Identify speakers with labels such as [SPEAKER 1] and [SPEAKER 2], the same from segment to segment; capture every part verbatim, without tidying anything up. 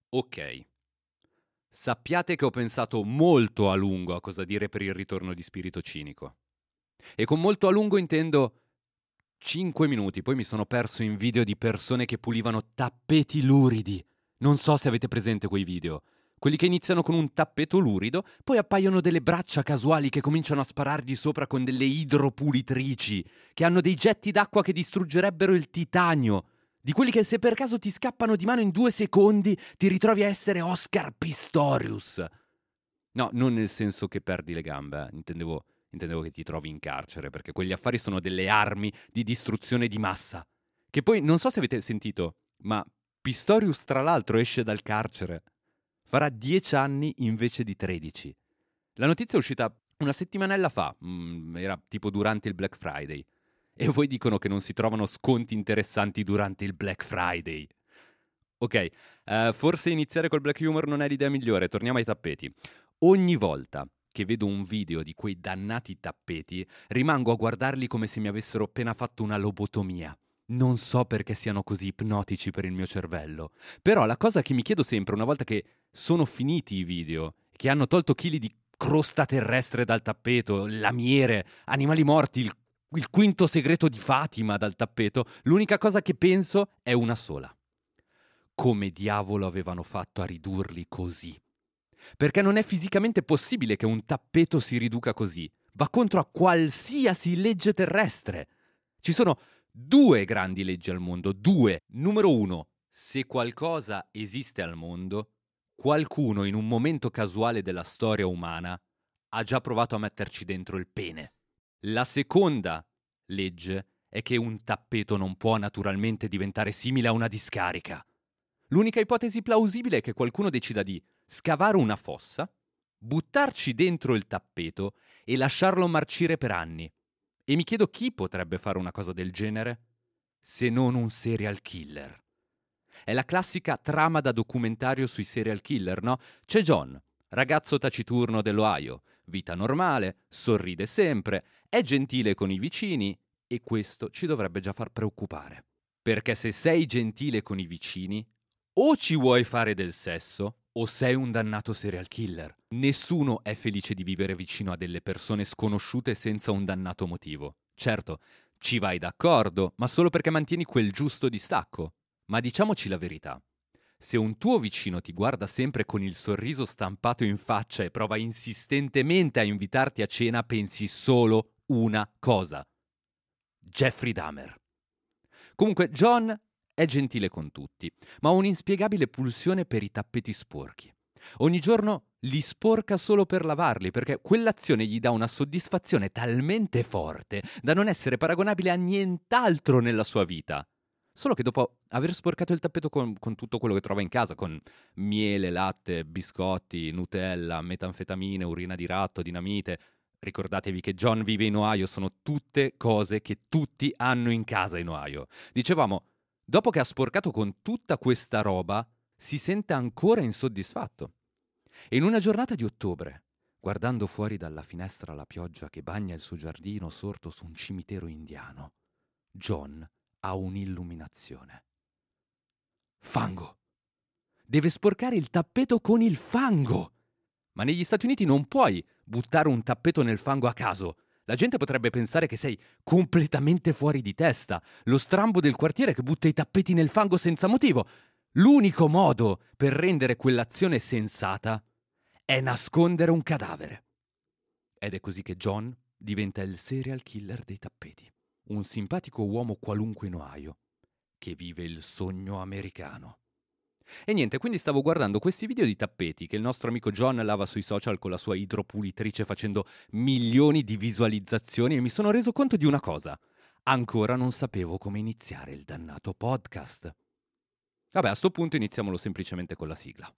[SPEAKER 1] Ok. Sappiate che ho pensato molto a lungo a cosa dire per il ritorno di Spirito Cinico. E con molto a lungo intendo cinque minuti, poi mi sono perso in video di persone che pulivano tappeti luridi. Non so se avete presente quei video. Quelli che iniziano con un tappeto lurido, poi appaiono delle braccia casuali che cominciano a sparargli sopra con delle idropulitrici, che hanno dei getti d'acqua che distruggerebbero il titanio. Di quelli che se per caso ti scappano di mano in due secondi ti ritrovi a essere Oscar Pistorius. No, non nel senso che perdi le gambe, eh. intendevo, intendevo che ti trovi in carcere, perché quegli affari sono delle armi di distruzione di massa. Che poi, non so se avete sentito, ma Pistorius tra l'altro esce dal carcere. Farà dieci anni invece di tredici. La notizia è uscita una settimanella fa, mm, era tipo durante il Black Friday. E voi dicono che non si trovano sconti interessanti durante il Black Friday. Ok, uh, forse iniziare col black humor non è l'idea migliore, torniamo ai tappeti. Ogni volta che vedo un video di quei dannati tappeti, rimango a guardarli come se mi avessero appena fatto una lobotomia. Non so perché siano così ipnotici per il mio cervello. Però la cosa che mi chiedo sempre, una volta che sono finiti i video, che hanno tolto chili di crosta terrestre dal tappeto, lamiere, animali morti, il il quinto segreto di Fatima dal tappeto, l'unica cosa che penso è una sola. Come diavolo avevano fatto a ridurli così? Perché non è fisicamente possibile che un tappeto si riduca così. Va contro a qualsiasi legge terrestre. Ci sono due grandi leggi al mondo, due. Numero uno, se qualcosa esiste al mondo, qualcuno in un momento casuale della storia umana ha già provato a metterci dentro il pene. La seconda legge è che un tappeto non può naturalmente diventare simile a una discarica. L'unica ipotesi plausibile è che qualcuno decida di scavare una fossa, buttarci dentro il tappeto e lasciarlo marcire per anni. E mi chiedo chi potrebbe fare una cosa del genere, se non un serial killer. È la classica trama da documentario sui serial killer, no? C'è John, ragazzo taciturno dell'Ohio, vita normale, sorride sempre, è gentile con i vicini e questo ci dovrebbe già far preoccupare. Perché se sei gentile con i vicini, o ci vuoi fare del sesso o sei un dannato serial killer. Nessuno è felice di vivere vicino a delle persone sconosciute senza un dannato motivo. Certo, ci vai d'accordo, ma solo perché mantieni quel giusto distacco. Ma diciamoci la verità. Se un tuo vicino ti guarda sempre con il sorriso stampato in faccia e prova insistentemente a invitarti a cena, pensi solo una cosa. Jeffrey Dahmer. Comunque, John è gentile con tutti, ma ha un'inspiegabile pulsione per i tappeti sporchi. Ogni giorno li sporca solo per lavarli, perché quell'azione gli dà una soddisfazione talmente forte da non essere paragonabile a nient'altro nella sua vita. Solo che dopo aver sporcato il tappeto con, con tutto quello che trova in casa, con miele, latte, biscotti, Nutella, metanfetamine, urina di ratto, dinamite, ricordatevi che John vive in Ohio, sono tutte cose che tutti hanno in casa in Ohio. Dicevamo, dopo che ha sporcato con tutta questa roba, si sente ancora insoddisfatto. E in una giornata di ottobre, guardando fuori dalla finestra la pioggia che bagna il suo giardino sorto su un cimitero indiano, John ha un'illuminazione. Fango! Deve sporcare il tappeto con il fango! Ma negli Stati Uniti non puoi buttare un tappeto nel fango a caso. La gente potrebbe pensare che sei completamente fuori di testa, lo strambo del quartiere che butta i tappeti nel fango senza motivo. L'unico modo per rendere quell'azione sensata è nascondere un cadavere. Ed è così che John diventa il serial killer dei tappeti. Un simpatico uomo qualunque in Ohio, che vive il sogno americano. E niente, quindi stavo guardando questi video di tappeti che il nostro amico John lava sui social con la sua idropulitrice facendo milioni di visualizzazioni e mi sono reso conto di una cosa. Ancora non sapevo come iniziare il dannato podcast. Vabbè, a sto punto iniziamolo semplicemente con la sigla.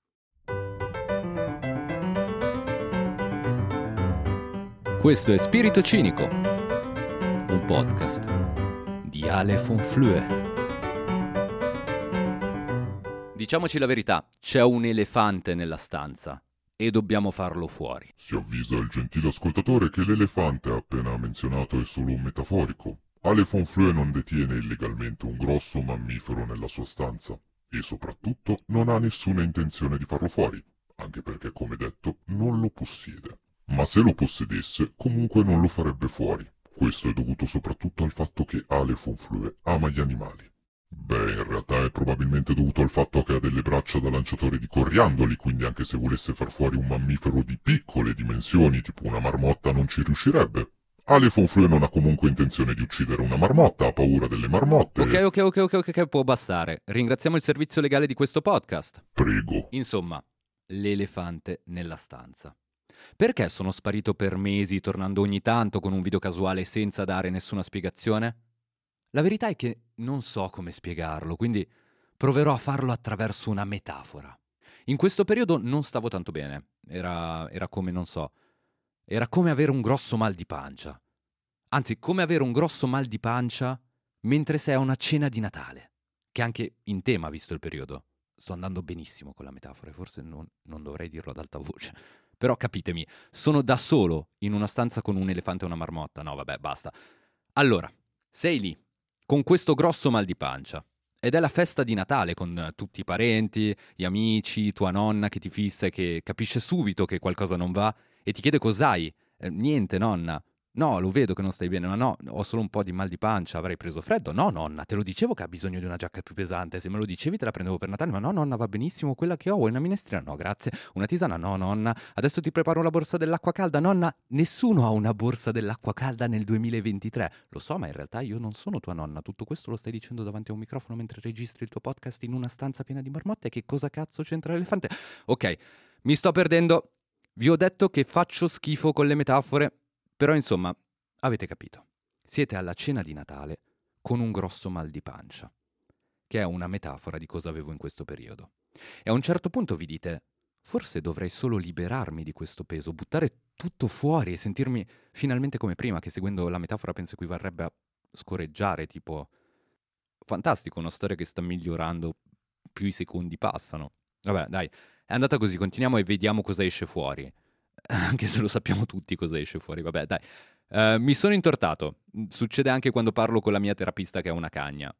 [SPEAKER 1] Questo è Spirito Cinico, un podcast di Ale von Flue. Diciamoci la verità, c'è un elefante nella stanza e dobbiamo farlo fuori.
[SPEAKER 2] Si avvisa il gentile ascoltatore che l'elefante appena menzionato è solo un metaforico. Ale von Flue non detiene illegalmente un grosso mammifero nella sua stanza. E soprattutto non ha nessuna intenzione di farlo fuori, anche perché, come detto, non lo possiede. Ma se lo possedesse, comunque non lo farebbe fuori. Questo è dovuto soprattutto al fatto che Ale Fonflue ama gli animali. Beh, in realtà è probabilmente dovuto al fatto che ha delle braccia da lanciatore di coriandoli, quindi anche se volesse far fuori un mammifero di piccole dimensioni, tipo una marmotta, non ci riuscirebbe. Ale Fonflue non ha comunque intenzione di uccidere una marmotta, ha paura delle marmotte.
[SPEAKER 1] Ok, ok, ok, ok, ok, ok, può bastare. Ringraziamo il servizio legale di questo podcast.
[SPEAKER 2] Prego.
[SPEAKER 1] Insomma, l'elefante nella stanza. Perché sono sparito per mesi, tornando ogni tanto con un video casuale senza dare nessuna spiegazione? La verità è che non so come spiegarlo, quindi proverò a farlo attraverso una metafora. In questo periodo non stavo tanto bene. Era, era come, non so, era come avere un grosso mal di pancia. Anzi, come avere un grosso mal di pancia mentre sei a una cena di Natale, che è anche in tema visto il periodo. Sto andando benissimo con la metafora e forse non, non dovrei dirlo ad alta voce. Però capitemi, sono da solo in una stanza con un elefante e una marmotta. No, vabbè, basta. Allora, sei lì, con questo grosso mal di pancia. Ed è la festa di Natale con tutti i parenti, gli amici, tua nonna che ti fissa e che capisce subito che qualcosa non va e ti chiede cos'hai. Eh, niente, nonna. No, lo vedo che non stai bene, ma no, ho solo un po' di mal di pancia, avrei preso freddo. No, nonna, te lo dicevo che ha bisogno di una giacca più pesante, se me lo dicevi te la prendevo per Natale, ma no, nonna, va benissimo quella che ho, vuoi una minestrina? No, grazie. Una tisana? No, nonna. Adesso ti preparo la borsa dell'acqua calda? Nonna, nessuno ha una borsa dell'acqua calda nel duemilaventitré. Lo so, ma in realtà io non sono tua nonna, tutto questo lo stai dicendo davanti a un microfono mentre registri il tuo podcast in una stanza piena di marmotte, che cosa cazzo c'entra l'elefante? Ok, mi sto perdendo, vi ho detto che faccio schifo con le metafore, però insomma... Avete capito, siete alla cena di Natale con un grosso mal di pancia, che è una metafora di cosa avevo in questo periodo. E a un certo punto vi dite, forse dovrei solo liberarmi di questo peso, buttare tutto fuori e sentirmi finalmente come prima, che seguendo la metafora penso equivarrebbe a scorreggiare, tipo, fantastico, una storia che sta migliorando, più i secondi passano. Vabbè, dai, è andata così, continuiamo e vediamo cosa esce fuori. Anche se lo sappiamo tutti cosa esce fuori, vabbè, dai. Uh, mi sono intortato. Succede anche quando parlo con la mia terapista che è una cagna.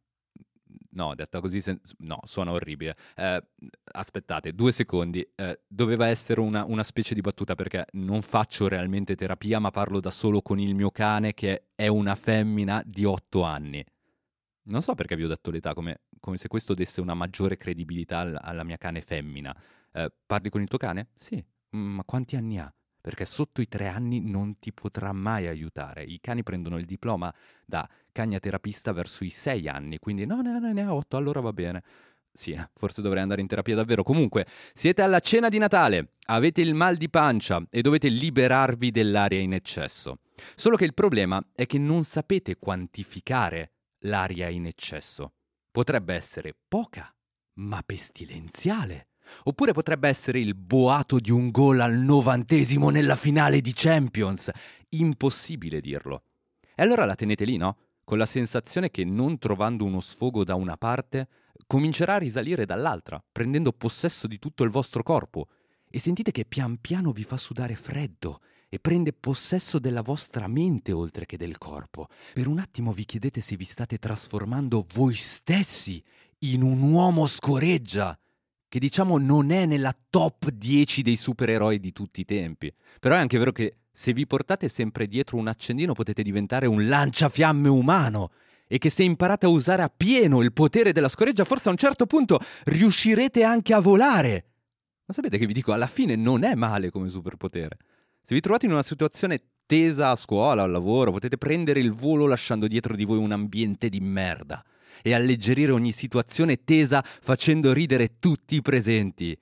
[SPEAKER 1] No, detta così, sen- no, suona orribile. Uh, aspettate, due secondi. Uh, doveva essere una, una specie di battuta perché non faccio realmente terapia, ma parlo da solo con il mio cane che è una femmina di otto anni. Non so perché vi ho detto l'età, come, come se questo desse una maggiore credibilità alla, alla mia cane femmina. Uh, parli con il tuo cane? Sì. Mm, ma quanti anni ha? Perché sotto i tre anni non ti potrà mai aiutare. I cani prendono il diploma da cagnaterapista verso i sei anni, quindi no, no, no, ne ha otto, allora va bene. Sì, forse dovrei andare in terapia davvero. Comunque, siete alla cena di Natale, avete il mal di pancia e dovete liberarvi dell'aria in eccesso. Solo che il problema è che non sapete quantificare l'aria in eccesso. Potrebbe essere poca, ma pestilenziale. Oppure potrebbe essere il boato di un gol al novantesimo nella finale di Champions. Impossibile dirlo. E allora la tenete lì, no? Con la sensazione che non trovando uno sfogo da una parte, comincerà a risalire dall'altra, prendendo possesso di tutto il vostro corpo. E sentite che pian piano vi fa sudare freddo e prende possesso della vostra mente oltre che del corpo. Per un attimo vi chiedete se vi state trasformando voi stessi in un uomo scoreggia, che diciamo non è nella top dieci dei supereroi di tutti i tempi. Però è anche vero che se vi portate sempre dietro un accendino potete diventare un lanciafiamme umano e che se imparate a usare appieno il potere della scoreggia forse a un certo punto riuscirete anche a volare. Ma sapete che vi dico, alla fine non è male come superpotere. Se vi trovate in una situazione tesa a scuola o al lavoro, potete prendere il volo lasciando dietro di voi un ambiente di merda e alleggerire ogni situazione tesa facendo ridere tutti i presenti.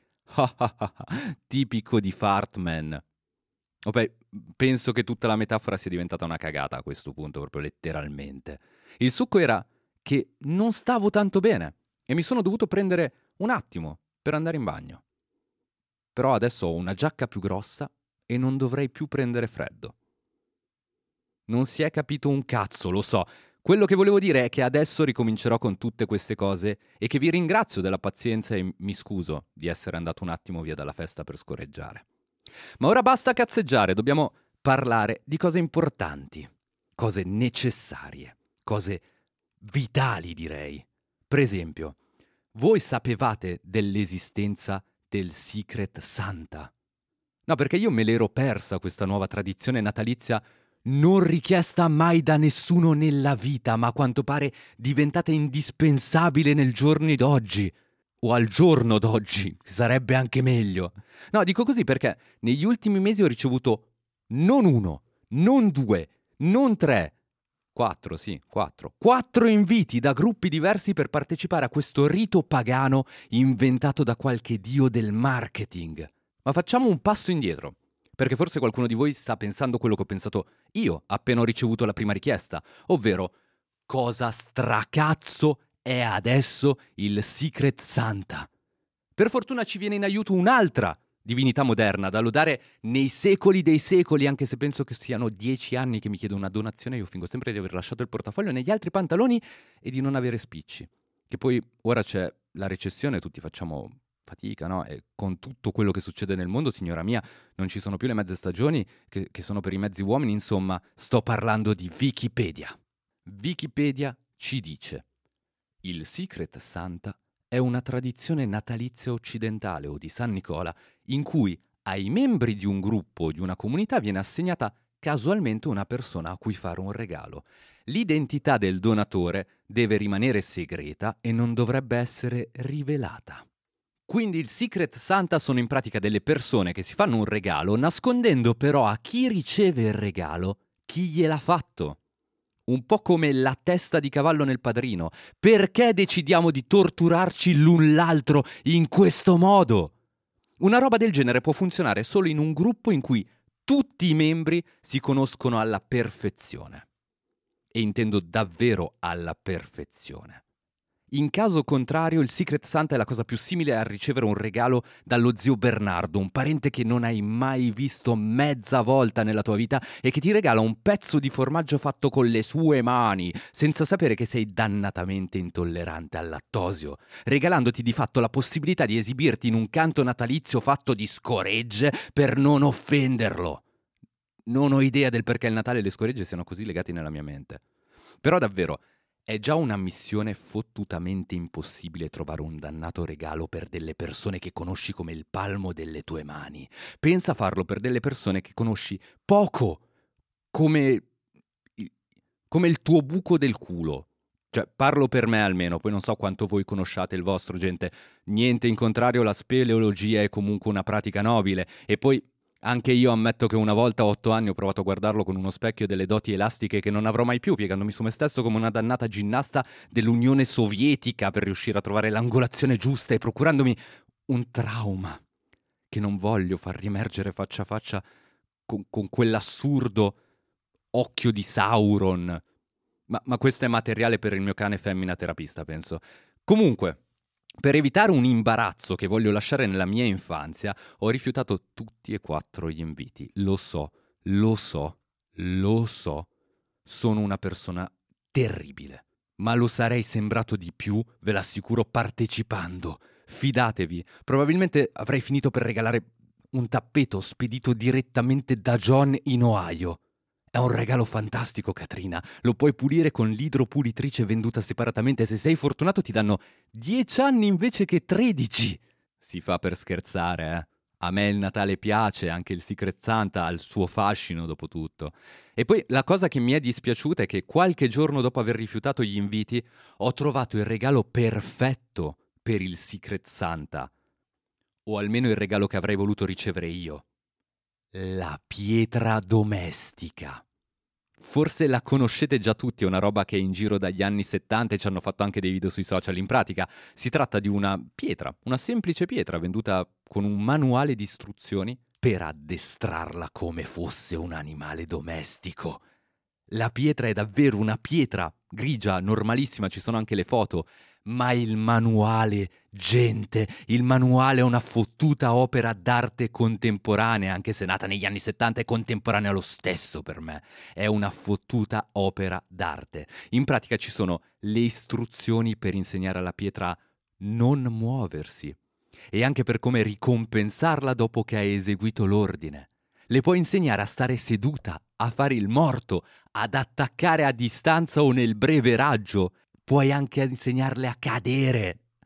[SPEAKER 1] Tipico di Fartman. Vabbè, penso che tutta la metafora sia diventata una cagata a questo punto, proprio letteralmente. Il succo era che non stavo tanto bene e mi sono dovuto prendere un attimo per andare in bagno. Però adesso ho una giacca più grossa e non dovrei più prendere freddo. Non si è capito un cazzo, lo so. Quello che volevo dire è che adesso ricomincerò con tutte queste cose e che vi ringrazio della pazienza e mi scuso di essere andato un attimo via dalla festa per scorreggiare. Ma ora basta cazzeggiare, dobbiamo parlare di cose importanti, cose necessarie, cose vitali direi. Per esempio, Voi sapevate dell'esistenza del Secret Santa? No, perché io me l'ero persa questa nuova tradizione natalizia non richiesta mai da nessuno nella vita, ma a quanto pare diventata indispensabile nel giorno d'oggi. O al giorno d'oggi, sarebbe anche meglio. No, dico così perché negli ultimi mesi ho ricevuto non uno, non due, non tre, quattro, sì, quattro, quattro inviti da gruppi diversi per partecipare a questo rito pagano inventato da qualche dio del marketing. Ma facciamo un passo indietro, perché forse qualcuno di voi sta pensando quello che ho pensato io appena ho ricevuto la prima richiesta, ovvero cosa stracazzo è adesso il Secret Santa? Per fortuna ci viene in aiuto un'altra divinità moderna da lodare nei secoli dei secoli, anche se penso che siano dieci anni che mi chiedo una donazione, io fingo sempre di aver lasciato il portafoglio negli altri pantaloni e di non avere spicci. Che poi ora c'è la recessione, tutti facciamo fatica, no? E con tutto quello che succede nel mondo, signora mia, non ci sono più le mezze stagioni che, che sono per i mezzi uomini, insomma, sto parlando di Wikipedia. Wikipedia ci dice: il Secret Santa è una tradizione natalizia occidentale o di San Nicola in cui ai membri di un gruppo o di una comunità viene assegnata casualmente una persona a cui fare un regalo. L'identità del donatore deve rimanere segreta e non dovrebbe essere rivelata. Quindi il Secret Santa sono in pratica delle persone che si fanno un regalo nascondendo però a chi riceve il regalo chi gliel'ha fatto. Un po' come la testa di cavallo nel Padrino. Perché decidiamo di torturarci l'un l'altro in questo modo? Una roba del genere può funzionare solo in un gruppo in cui tutti i membri si conoscono alla perfezione. E intendo davvero alla perfezione. In caso contrario, il Secret Santa è la cosa più simile a ricevere un regalo dallo zio Bernardo, un parente che non hai mai visto mezza volta nella tua vita e che ti regala un pezzo di formaggio fatto con le sue mani, senza sapere che sei dannatamente intollerante al lattosio, regalandoti di fatto la possibilità di esibirti in un canto natalizio fatto di scoregge per non offenderlo. Non ho idea del perché il Natale e le scoregge siano così legati nella mia mente. Però davvero, è già una missione fottutamente impossibile trovare un dannato regalo per delle persone che conosci come il palmo delle tue mani. Pensa a farlo per delle persone che conosci poco, come, come il tuo buco del culo. Cioè, parlo per me almeno, poi non so quanto voi conosciate il vostro, gente. Niente in contrario, la speleologia è comunque una pratica nobile. E poi anche io ammetto che una volta a otto anni ho provato a guardarlo con uno specchio delle doti elastiche che non avrò mai più, piegandomi su me stesso come una dannata ginnasta dell'Unione Sovietica per riuscire a trovare l'angolazione giusta e procurandomi un trauma che non voglio far riemergere faccia a faccia con, con quell'assurdo occhio di Sauron. Ma, ma questo è materiale per il mio cane femmina terapista, penso. Comunque, per evitare un imbarazzo che voglio lasciare nella mia infanzia, ho rifiutato tutti e quattro gli inviti. Lo so, lo so, lo so. Sono una persona terribile. Ma lo sarei sembrato di più, ve l'assicuro, partecipando. Fidatevi, probabilmente avrei finito per regalare un tappeto spedito direttamente da John in Ohio. È un regalo fantastico, Katrina. Lo puoi pulire con l'idropulitrice venduta separatamente e se sei fortunato ti danno dieci anni invece che tredici. Si fa per scherzare, eh. A me il Natale piace, anche il Secret Santa ha il suo fascino dopo tutto. E poi la cosa che mi è dispiaciuta è che qualche giorno dopo aver rifiutato gli inviti ho trovato il regalo perfetto per il Secret Santa. O almeno il regalo che avrei voluto ricevere io. La pietra domestica. Forse la conoscete già tutti, è una roba che è in giro dagli anni settanta e ci hanno fatto anche dei video sui social. In pratica si tratta di una pietra, una semplice pietra venduta con un manuale di istruzioni per addestrarla come fosse un animale domestico. La pietra è davvero una pietra grigia, normalissima, ci sono anche le foto. Ma il manuale, gente, il manuale è una fottuta opera d'arte contemporanea, anche se nata negli anni settanta è contemporanea lo stesso per me. È una fottuta opera d'arte. In pratica ci sono le istruzioni per insegnare alla pietra a non muoversi e anche per come ricompensarla dopo che ha eseguito l'ordine. Le puoi insegnare a stare seduta, a fare il morto, ad attaccare a distanza o nel breve raggio. Puoi anche insegnarle a cadere.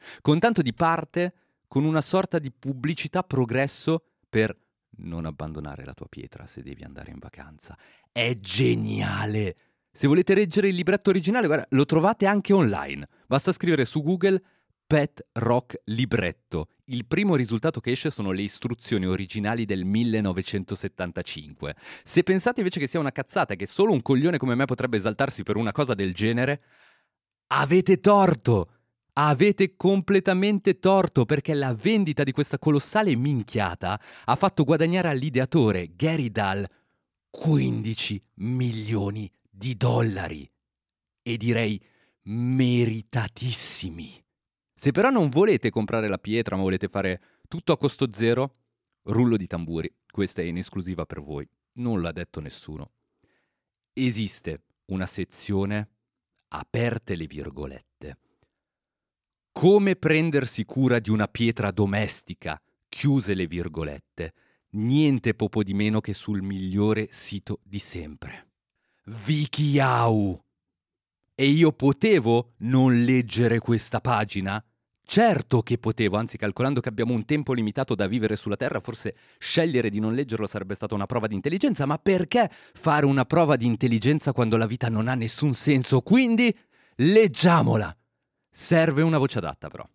[SPEAKER 1] con tanto di parte, con una sorta di pubblicità progresso per non abbandonare la tua pietra se devi andare in vacanza. È geniale! Se volete leggere il libretto originale, guarda, lo trovate anche online. Basta scrivere su Google Pet Rock Libretto. Il primo risultato che esce sono le istruzioni originali del millenovecentosettantacinque. Se pensate invece che sia una cazzata e che solo un coglione come me potrebbe esaltarsi per una cosa del genere, avete torto! Avete completamente torto, perché la vendita di questa colossale minchiata ha fatto guadagnare all'ideatore Gary Dahl quindici milioni di dollari. E direi meritatissimi. Se però non volete comprare la pietra, ma volete fare tutto a costo zero, rullo di tamburi, questa è in esclusiva per voi, non l'ha detto nessuno. Esiste una sezione, aperte le virgolette, come prendersi cura di una pietra domestica, chiuse le virgolette, niente poco di meno che sul migliore sito di sempre. WikiHow! E io potevo non leggere questa pagina? Certo che potevo, anzi calcolando che abbiamo un tempo limitato da vivere sulla Terra, forse scegliere di non leggerlo sarebbe stata una prova di intelligenza, ma perché fare una prova di intelligenza quando la vita non ha nessun senso? Quindi leggiamola! Serve una voce adatta però.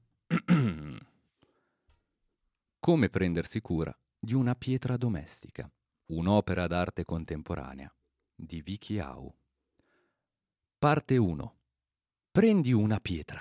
[SPEAKER 1] Come prendersi cura di una pietra domestica, un'opera d'arte contemporanea di WikiHow. Parte uno. Prendi una pietra.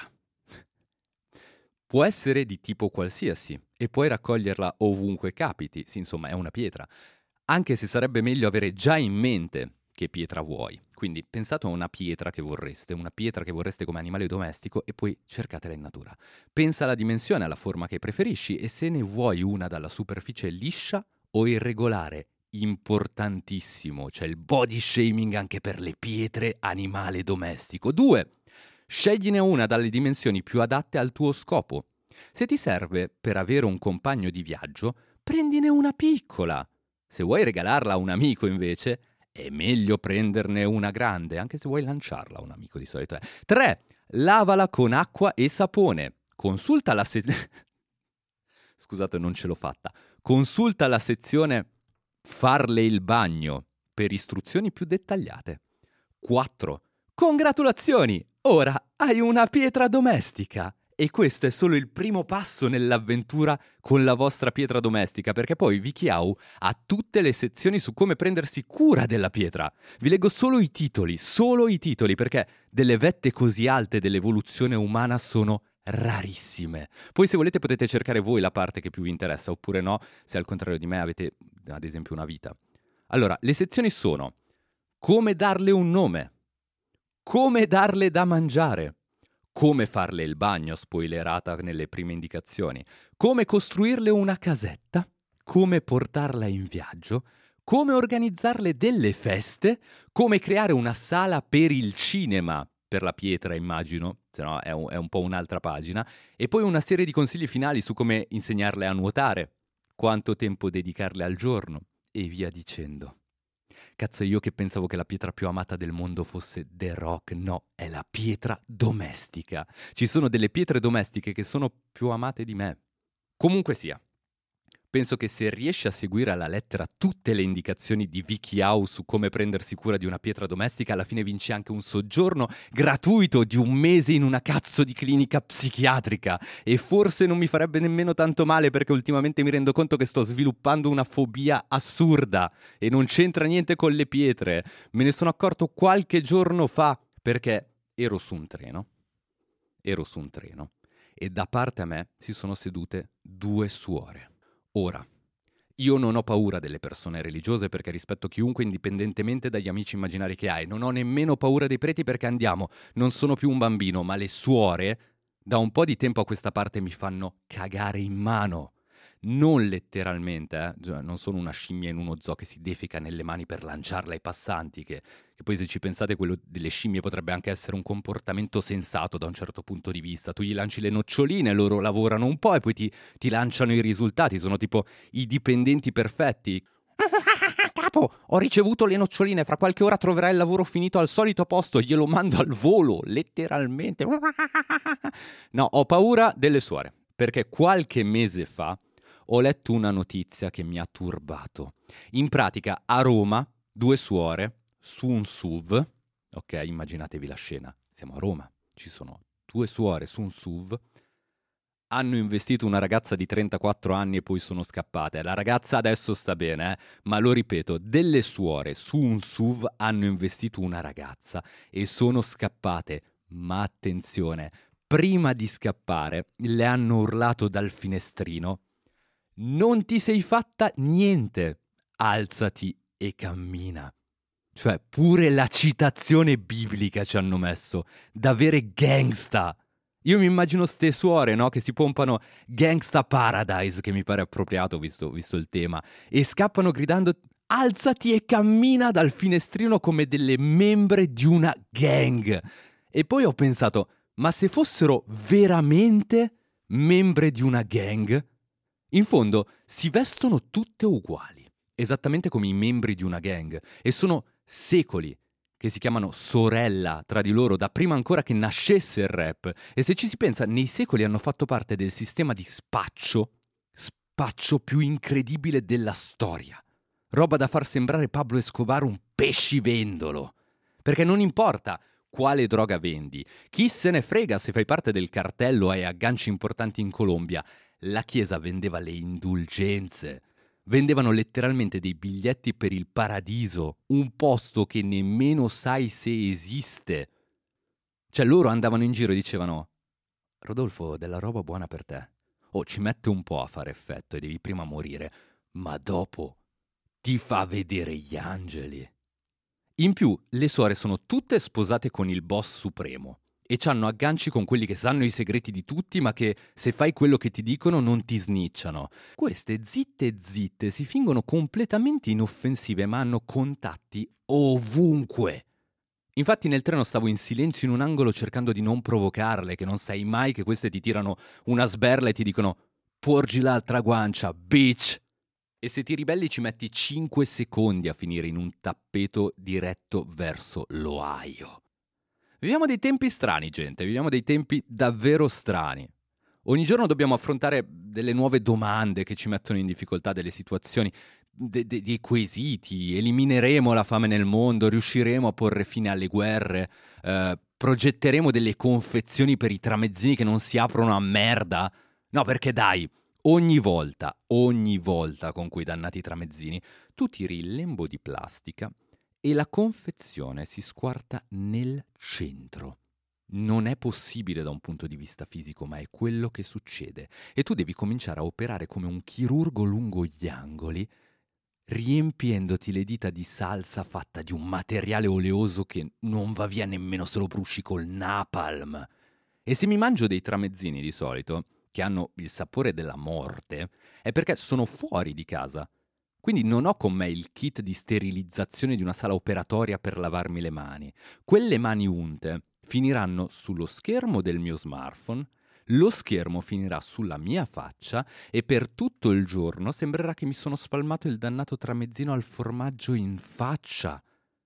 [SPEAKER 1] Può essere di tipo qualsiasi e puoi raccoglierla ovunque capiti, sì, insomma è una pietra, anche se sarebbe meglio avere già in mente che pietra vuoi. Quindi pensate a una pietra che vorreste, una pietra che vorreste come animale domestico e poi cercatela in natura. Pensa alla dimensione, alla forma che preferisci e se ne vuoi una dalla superficie liscia o irregolare. Importantissimo, c'è il body shaming anche per le pietre animale domestico. Due. Scegline una dalle dimensioni più adatte al tuo scopo. Se ti serve per avere un compagno di viaggio, prendine una piccola. Se vuoi regalarla a un amico invece, è meglio prenderne una grande, anche se vuoi lanciarla a un amico di solito. Tre. Lavala con acqua e sapone. Consulta la se... Scusate, non ce l'ho fatta. Consulta la sezione Farle il bagno per istruzioni più dettagliate. quattro. Congratulazioni! Ora hai una pietra domestica! E questo è solo il primo passo nell'avventura con la vostra pietra domestica, perché poi WikiHow ha tutte le sezioni su come prendersi cura della pietra. Vi leggo solo i titoli, solo i titoli, perché delle vette così alte dell'evoluzione umana sono rarissime. Poi se volete potete cercare voi la parte che più vi interessa, oppure no, se al contrario di me avete ad esempio una vita. Allora, le sezioni sono: come darle un nome, come darle da mangiare, come farle il bagno, spoilerata nelle prime indicazioni, come costruirle una casetta, come portarla in viaggio, come organizzarle delle feste, come creare una sala per il cinema, per la pietra immagino, se no è un, è un po' un'altra pagina, e poi una serie di consigli finali su come insegnarle a nuotare, quanto tempo dedicarle al giorno, e via dicendo. Cazzo, io che pensavo che la pietra più amata del mondo fosse The Rock, no, è la pietra domestica. Ci sono delle pietre domestiche che sono più amate di me. Comunque sia, penso che se riesci a seguire alla lettera tutte le indicazioni di WikiHow su come prendersi cura di una pietra domestica, alla fine vinci anche un soggiorno gratuito di un mese in una cazzo di clinica psichiatrica. E forse non mi farebbe nemmeno tanto male, perché ultimamente mi rendo conto che sto sviluppando una fobia assurda e non c'entra niente con le pietre. Me ne sono accorto qualche giorno fa perché ero su un treno. Ero su un treno e da parte a me si sono sedute due suore. Ora, io non ho paura delle persone religiose perché rispetto chiunque indipendentemente dagli amici immaginari che hai. Non ho nemmeno paura dei preti perché andiamo, non sono più un bambino, ma le suore da un po' di tempo a questa parte mi fanno cagare in mano. Non letteralmente, eh? Cioè, non sono una scimmia in uno zoo che si defeca nelle mani per lanciarla ai passanti, che, che poi se ci pensate quello delle scimmie potrebbe anche essere un comportamento sensato da un certo punto di vista. Tu gli lanci le noccioline, loro lavorano un po' e poi ti, ti lanciano i risultati, sono tipo i dipendenti perfetti. capo, ho ricevuto le noccioline, fra qualche ora troverai il lavoro finito al solito posto, glielo mando al volo, letteralmente. No, ho paura delle suore, perché qualche mese fa ho letto una notizia che mi ha turbato. In pratica, a Roma, due suore su un S U V, ok, immaginatevi la scena, siamo a Roma, ci sono due suore su un S U V, hanno investito una ragazza di trentaquattro anni e poi sono scappate. La ragazza adesso sta bene, eh? Ma lo ripeto, delle suore su un S U V hanno investito una ragazza e sono scappate. Ma attenzione, prima di scappare le hanno urlato dal finestrino: non ti sei fatta niente, alzati e cammina. Cioè, pure la citazione biblica ci hanno messo, davvero gangsta. Io mi immagino ste suore, no, che si pompano Gangsta Paradise, che mi pare appropriato visto, visto il tema, e scappano gridando alzati e cammina dal finestrino come delle membre di una gang. E poi ho pensato, ma se fossero veramente membre di una gang, in fondo si vestono tutte uguali, esattamente come i membri di una gang, e sono secoli che si chiamano sorella tra di loro, da prima ancora che nascesse il rap. E se ci si pensa, nei secoli hanno fatto parte del sistema di spaccio, spaccio più incredibile della storia. Roba da far sembrare Pablo Escobar un pescivendolo. Perché non importa quale droga vendi, chi se ne frega se fai parte del cartello e hai agganci importanti in Colombia. La Chiesa vendeva le indulgenze. Vendevano letteralmente dei biglietti per il paradiso, un posto che nemmeno sai se esiste. Cioè loro andavano in giro e dicevano: Rodolfo, della roba buona per te. Oh, ci mette un po' a fare effetto e devi prima morire, ma dopo ti fa vedere gli angeli. In più, le suore sono tutte sposate con il boss supremo e c'hanno agganci con quelli che sanno i segreti di tutti, ma che se fai quello che ti dicono non ti snicciano. Queste zitte zitte si fingono completamente inoffensive, ma hanno contatti ovunque. Infatti nel treno stavo in silenzio in un angolo cercando di non provocarle, che non sai mai che queste ti tirano una sberla e ti dicono porgi l'altra guancia, bitch! E se ti ribelli ci metti cinque secondi a finire in un tappeto diretto verso l'Ohio. Viviamo dei tempi strani, gente, viviamo dei tempi davvero strani. Ogni giorno dobbiamo affrontare delle nuove domande che ci mettono in difficoltà, delle situazioni, de- de- dei quesiti. Elimineremo la fame nel mondo, riusciremo a porre fine alle guerre, eh, progetteremo delle confezioni per i tramezzini che non si aprono a merda. No, perché dai, ogni volta, ogni volta con quei dannati tramezzini, tu tiri il lembo di plastica e la confezione si squarta nel centro. Non è possibile da un punto di vista fisico, ma è quello che succede. E tu devi cominciare a operare come un chirurgo lungo gli angoli, riempiendoti le dita di salsa fatta di un materiale oleoso che non va via nemmeno se lo bruci col napalm. E se mi mangio dei tramezzini di solito, che hanno il sapore della morte, è perché sono fuori di casa. Quindi non ho con me il kit di sterilizzazione di una sala operatoria per lavarmi le mani. Quelle mani unte finiranno sullo schermo del mio smartphone, lo schermo finirà sulla mia faccia e per tutto il giorno sembrerà che mi sono spalmato il dannato tramezzino al formaggio in faccia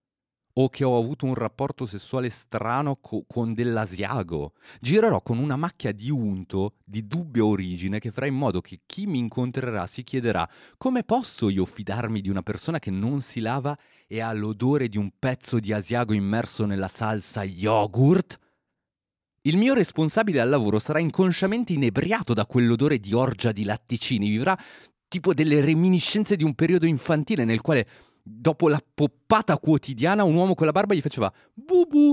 [SPEAKER 1] o che ho avuto un rapporto sessuale strano co- con dell'asiago. Girerò con una macchia di unto di dubbia origine che farà in modo che chi mi incontrerà si chiederà: come posso io fidarmi di una persona che non si lava e ha l'odore di un pezzo di asiago immerso nella salsa yogurt? Il mio responsabile al lavoro sarà inconsciamente inebriato da quell'odore di orgia di latticini, vivrà tipo delle reminiscenze di un periodo infantile nel quale, dopo la poppata quotidiana, un uomo con la barba gli faceva bubu,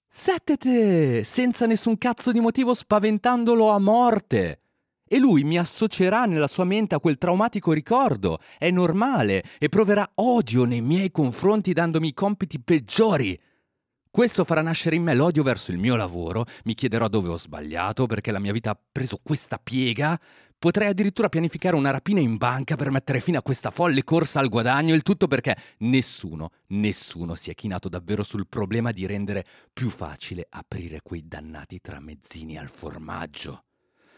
[SPEAKER 1] settete, senza nessun cazzo di motivo, spaventandolo a morte. E lui mi associerà nella sua mente a quel traumatico ricordo, è normale, e proverà odio nei miei confronti dandomi i compiti peggiori. Questo farà nascere in me l'odio verso il mio lavoro, mi chiederò dove ho sbagliato, perché la mia vita ha preso questa piega. Potrei addirittura pianificare una rapina in banca per mettere fine a questa folle corsa al guadagno, il tutto perché nessuno, nessuno si è chinato davvero sul problema di rendere più facile aprire quei dannati tramezzini al formaggio.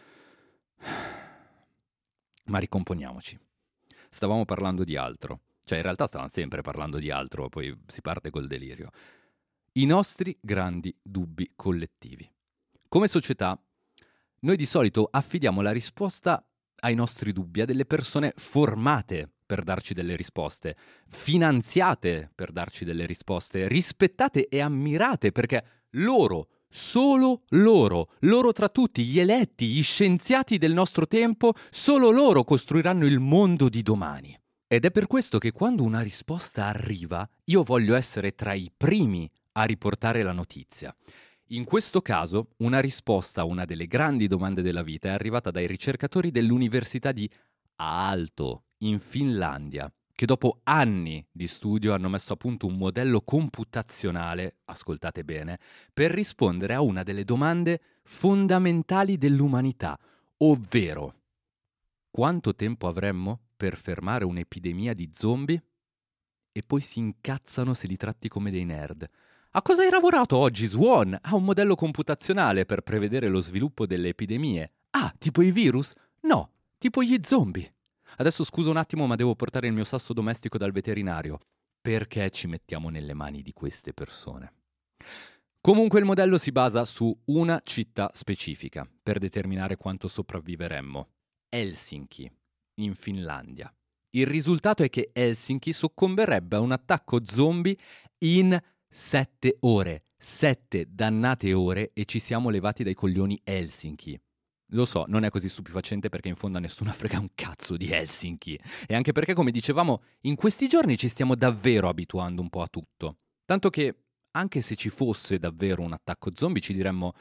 [SPEAKER 1] Ma ricomponiamoci. Stavamo parlando di altro. Cioè, in realtà stavano sempre parlando di altro, poi si parte col delirio. I nostri grandi dubbi collettivi. Come società, noi di solito affidiamo la risposta ai nostri dubbi a delle persone formate per darci delle risposte, finanziate per darci delle risposte, rispettate e ammirate perché loro, solo loro, loro tra tutti, gli eletti, gli scienziati del nostro tempo, solo loro costruiranno il mondo di domani. Ed è per questo che quando una risposta arriva, io voglio essere tra i primi a riportare la notizia. In questo caso, una risposta a una delle grandi domande della vita è arrivata dai ricercatori dell'Università di Aalto, in Finlandia, che dopo anni di studio hanno messo a punto un modello computazionale, ascoltate bene, per rispondere a una delle domande fondamentali dell'umanità, ovvero: quanto tempo avremmo per fermare un'epidemia di zombie? E poi si incazzano se li tratti come dei nerd. A cosa hai lavorato oggi, Swan? A un modello computazionale per prevedere lo sviluppo delle epidemie. Ah, tipo i virus? No, tipo gli zombie. Adesso scusa un attimo, ma devo portare il mio sasso domestico dal veterinario. Perché ci mettiamo nelle mani di queste persone? Comunque il modello si basa su una città specifica per determinare quanto sopravviveremmo. Helsinki, in Finlandia. Il risultato è che Helsinki soccomberebbe a un attacco zombie in sette ore. Sette dannate ore e ci siamo levati dai coglioni Helsinki. Lo so, non è così stupefacente perché in fondo a nessuno frega un cazzo di Helsinki. E anche perché, come dicevamo, in questi giorni ci stiamo davvero abituando un po' a tutto. Tanto che, anche se ci fosse davvero un attacco zombie, ci diremmo: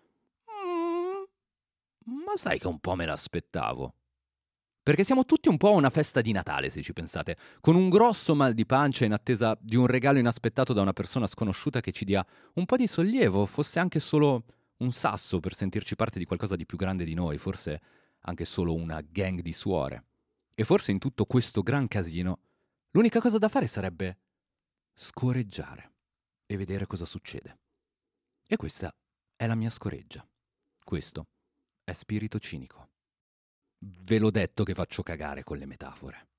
[SPEAKER 1] mm, ma sai che un po' me l'aspettavo. Perché siamo tutti un po' a una festa di Natale, se ci pensate, con un grosso mal di pancia in attesa di un regalo inaspettato da una persona sconosciuta che ci dia un po' di sollievo, fosse anche solo un sasso per sentirci parte di qualcosa di più grande di noi, forse anche solo una gang di suore. E forse in tutto questo gran casino, l'unica cosa da fare sarebbe scoreggiare e vedere cosa succede. E questa è la mia scoreggia. Questo è spirito cinico. Ve l'ho detto che faccio cagare con le metafore.